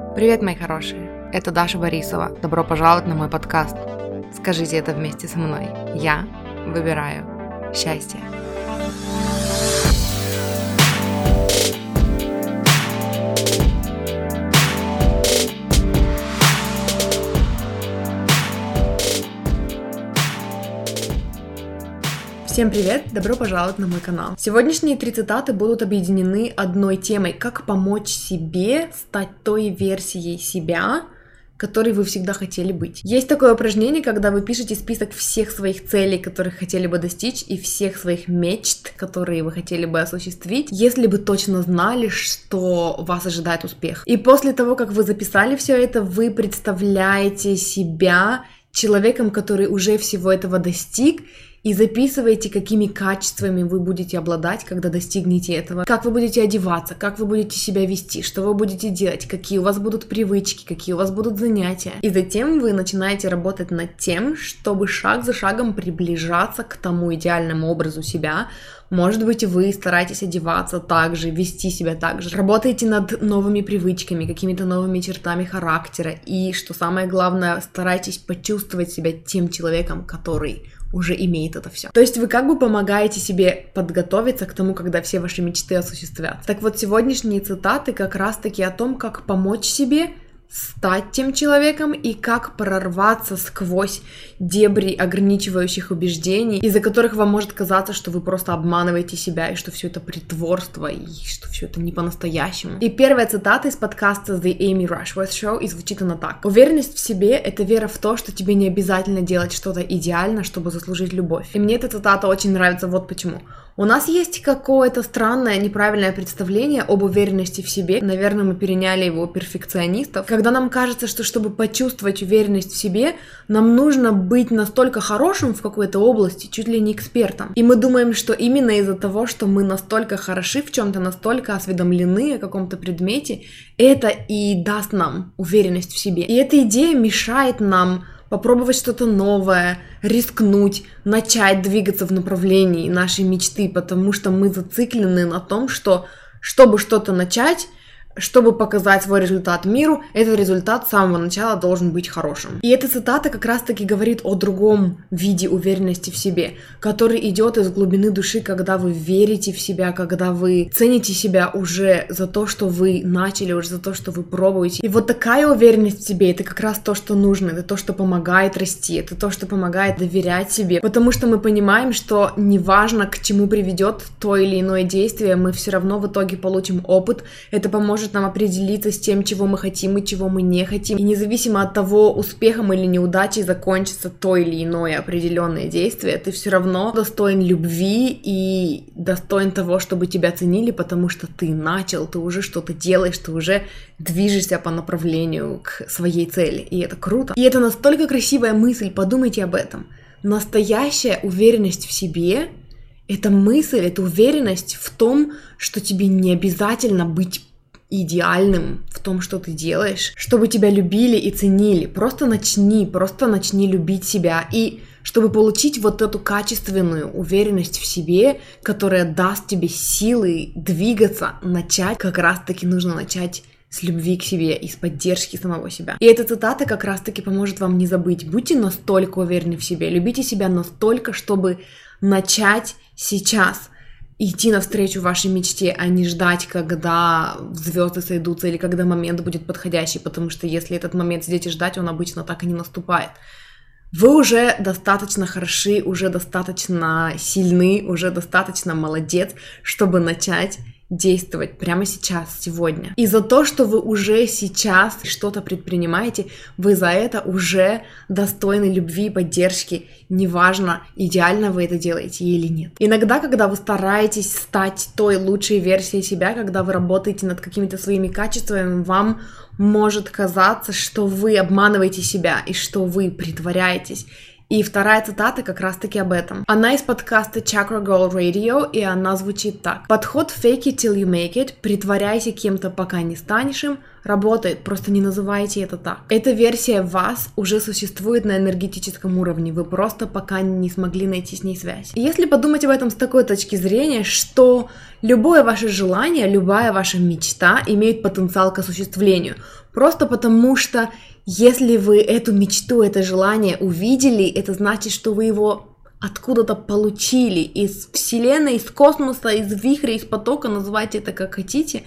Привет, мои хорошие! Это Даша Борисова. Добро пожаловать на мой подкаст. Скажите это вместе со мной. Я выбираю счастье. Всем привет! Добро пожаловать на мой канал. Сегодняшние 3 цитаты будут объединены одной темой: как помочь себе стать той версией себя, которой вы всегда хотели быть. Есть такое упражнение, когда вы пишете список всех своих целей, которых хотели бы достичь, и всех своих мечт, которые вы хотели бы осуществить, если бы точно знали, что вас ожидает успех. И после того, как вы записали все это, вы представляете себя человеком, который уже всего этого достиг, и записывайте, какими качествами вы будете обладать, когда достигнете этого, как вы будете одеваться, как вы будете себя вести, что вы будете делать, какие у вас будут привычки, какие у вас будут занятия. И затем вы начинаете работать над тем, чтобы шаг за шагом приближаться к тому идеальному образу себя. Может быть, вы стараетесь одеваться так же, вести себя так же, работаете над новыми привычками, какими-то новыми чертами характера, и, что самое главное, старайтесь почувствовать себя тем человеком, который уже имеет это все. То есть вы как бы помогаете себе подготовиться к тому, когда все ваши мечты осуществятся. Так вот, сегодняшние цитаты как раз-таки о том, как помочь себе стать тем человеком и как прорваться сквозь дебри ограничивающих убеждений, из-за которых вам может казаться, что вы просто обманываете себя, и что все это притворство, и что все это не по-настоящему. И первая цитата из подкаста The Amy Rushworth Show, и звучит она так: уверенность в себе — это вера в то, что тебе не обязательно делать что-то идеально, чтобы заслужить любовь. И мне эта цитата очень нравится вот почему. У нас есть какое-то странное, неправильное представление об уверенности в себе. Наверное, мы переняли его у перфекционистов. Когда нам кажется, что чтобы почувствовать уверенность в себе, нам нужно быть настолько хорошим в какой-то области, чуть ли не экспертом. И мы думаем, что именно из-за того, что мы настолько хороши в чем-то, настолько осведомлены о каком-то предмете, это и даст нам уверенность в себе. И эта идея мешает нам попробовать что-то новое, рискнуть, начать двигаться в направлении нашей мечты, потому что мы зациклены на том, что чтобы что-то начать, чтобы показать свой результат миру, этот результат с самого начала должен быть хорошим. И эта цитата как раз-таки говорит о другом виде уверенности в себе, который идет из глубины души, когда вы верите в себя, когда вы цените себя уже за то, что вы начали, уже за то, что вы пробуете. И вот такая уверенность в себе — это как раз то, что нужно, это то, что помогает расти, это то, что помогает доверять себе, потому что мы понимаем, что неважно, к чему приведет то или иное действие, мы все равно в итоге получим опыт, это поможет нам определиться с тем, чего мы хотим и чего мы не хотим. И независимо от того, успехом или неудачей закончится то или иное определенное действие, ты все равно достоин любви и достоин того, чтобы тебя ценили, потому что ты начал, ты уже что-то делаешь, ты уже движешься по направлению к своей цели. И это круто. И это настолько красивая мысль, подумайте об этом. Настоящая уверенность в себе — это мысль, это уверенность в том, что тебе не обязательно быть идеальным в том, что ты делаешь, чтобы тебя любили и ценили. Просто начни любить себя. И чтобы получить вот эту качественную уверенность в себе, которая даст тебе силы двигаться, начать, как раз-таки нужно начать с любви к себе и с поддержки самого себя. И эта цитата как раз-таки поможет вам не забыть. Будьте настолько уверены в себе, любите себя настолько, чтобы начать сейчас идти навстречу вашей мечте, а не ждать, когда звезды сойдутся или когда момент будет подходящий, потому что если этот момент сидеть и ждать, он обычно так и не наступает. Вы уже достаточно хороши, уже достаточно сильны, уже достаточно молодец, чтобы начать действовать прямо сейчас, сегодня. И за то, что вы уже сейчас что-то предпринимаете, вы за это уже достойны любви и поддержки. Неважно, идеально вы это делаете или нет. Иногда, когда вы стараетесь стать той лучшей версией себя, когда вы работаете над какими-то своими качествами, вам может казаться, что вы обманываете себя и что вы притворяетесь. И вторая цитата как раз-таки об этом. Она из подкаста Chakra Goal Radio, и она звучит так. Подход fake it till you make it, притворяйся кем-то, пока не станешь им, работает, просто не называйте это так. Эта версия вас уже существует на энергетическом уровне, вы просто пока не смогли найти с ней связь. И если подумать об этом с такой точки зрения, что Любое ваше желание, любая ваша мечта имеет потенциал к осуществлению. Просто потому что если вы эту мечту, это желание увидели, это значит, что вы его откуда-то получили. Из вселенной, из космоса, из вихря, из потока, называйте это как хотите.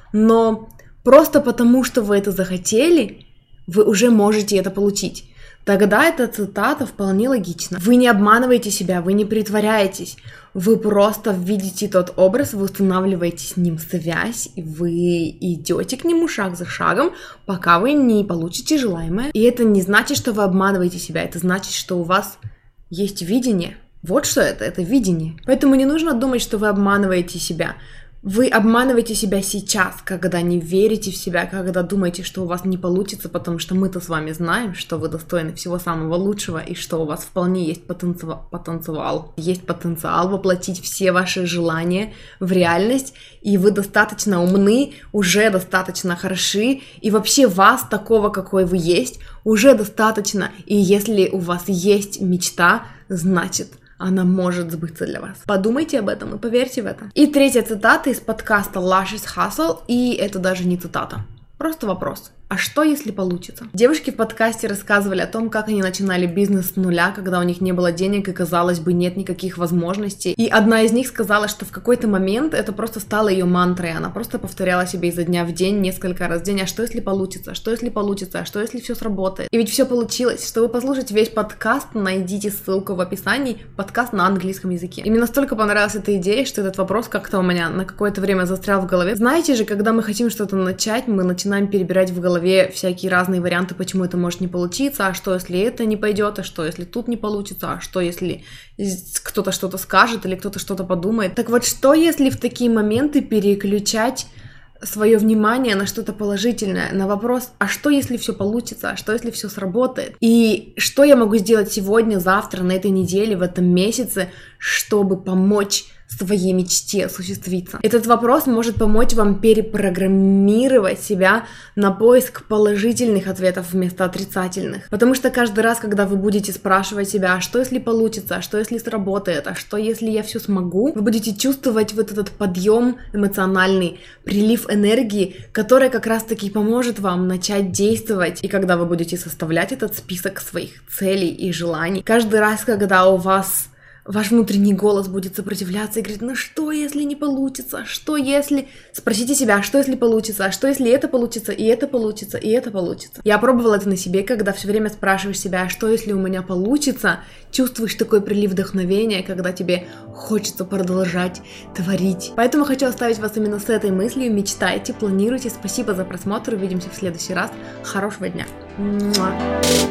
Но просто потому что вы это захотели, вы уже можете это получить. Тогда эта цитата вполне логична. Вы не обманываете себя, вы не притворяетесь. Вы просто видите тот образ, вы устанавливаете с ним связь, и вы идете к нему шаг за шагом, пока вы не получите желаемое. И это не значит, что вы обманываете себя, это значит, что у вас есть видение. Вот что это видение. Поэтому не нужно думать, что вы обманываете себя. Вы обманываете себя сейчас, когда не верите в себя, когда думаете, что у вас не получится, потому что мы-то с вами знаем, что вы достойны всего самого лучшего и что у вас вполне есть потенциал. Есть потенциал воплотить все ваши желания в реальность, и вы достаточно умны, уже достаточно хороши, и вообще вас такого, какой вы есть, уже достаточно. И если у вас есть мечта, значит, она может сбыться для вас. Подумайте об этом и поверьте в это. И третья цитата из подкаста Lashes Hustle, и это даже не цитата, просто вопрос. А что, если получится? Девушки в подкасте рассказывали о том, как они начинали бизнес с нуля, когда у них не было денег и, казалось бы, нет никаких возможностей. И одна из них сказала, что в какой-то момент это просто стало ее мантрой. Она просто повторяла себе изо дня в день, несколько раз в день. А что, если получится? Что, если получится? А что, если все сработает? И ведь все получилось. Чтобы послушать весь подкаст, найдите ссылку в описании. Подкаст на английском языке. И мне настолько понравилась эта идея, что этот вопрос как-то у меня на какое-то время застрял в голове. Знаете же, когда мы хотим что-то начать, мы начинаем перебирать в голове всякие разные варианты, почему это может не получиться, а что, если это не пойдет, а что, если тут не получится, а что, если кто-то что-то скажет или кто-то что-то подумает. Так вот, что, если в такие моменты переключать свое внимание на что-то положительное, на вопрос, а что, если все получится, а что, если все сработает, и что я могу сделать сегодня, завтра, на этой неделе, в этом месяце, чтобы помочь своей мечте осуществиться. Этот вопрос может помочь вам перепрограммировать себя на поиск положительных ответов вместо отрицательных. Потому что каждый раз, когда вы будете спрашивать себя, а что если получится, а что если сработает, а что если я все смогу, вы будете чувствовать вот этот подъем эмоциональный, прилив энергии, который как раз-таки поможет вам начать действовать. И когда вы будете составлять этот список своих целей и желаний, каждый раз, когда у вас ваш внутренний голос будет сопротивляться и говорить, ну что, если не получится, что если... Спросите себя, что если получится, а что если это получится, и это получится, и это получится. Я пробовала это на себе, когда все время спрашиваешь себя, а что если у меня получится, чувствуешь такой прилив вдохновения, когда тебе хочется продолжать творить. Поэтому хочу оставить вас именно с этой мыслью, мечтайте, планируйте. Спасибо за просмотр, увидимся в следующий раз. Хорошего дня. Муа.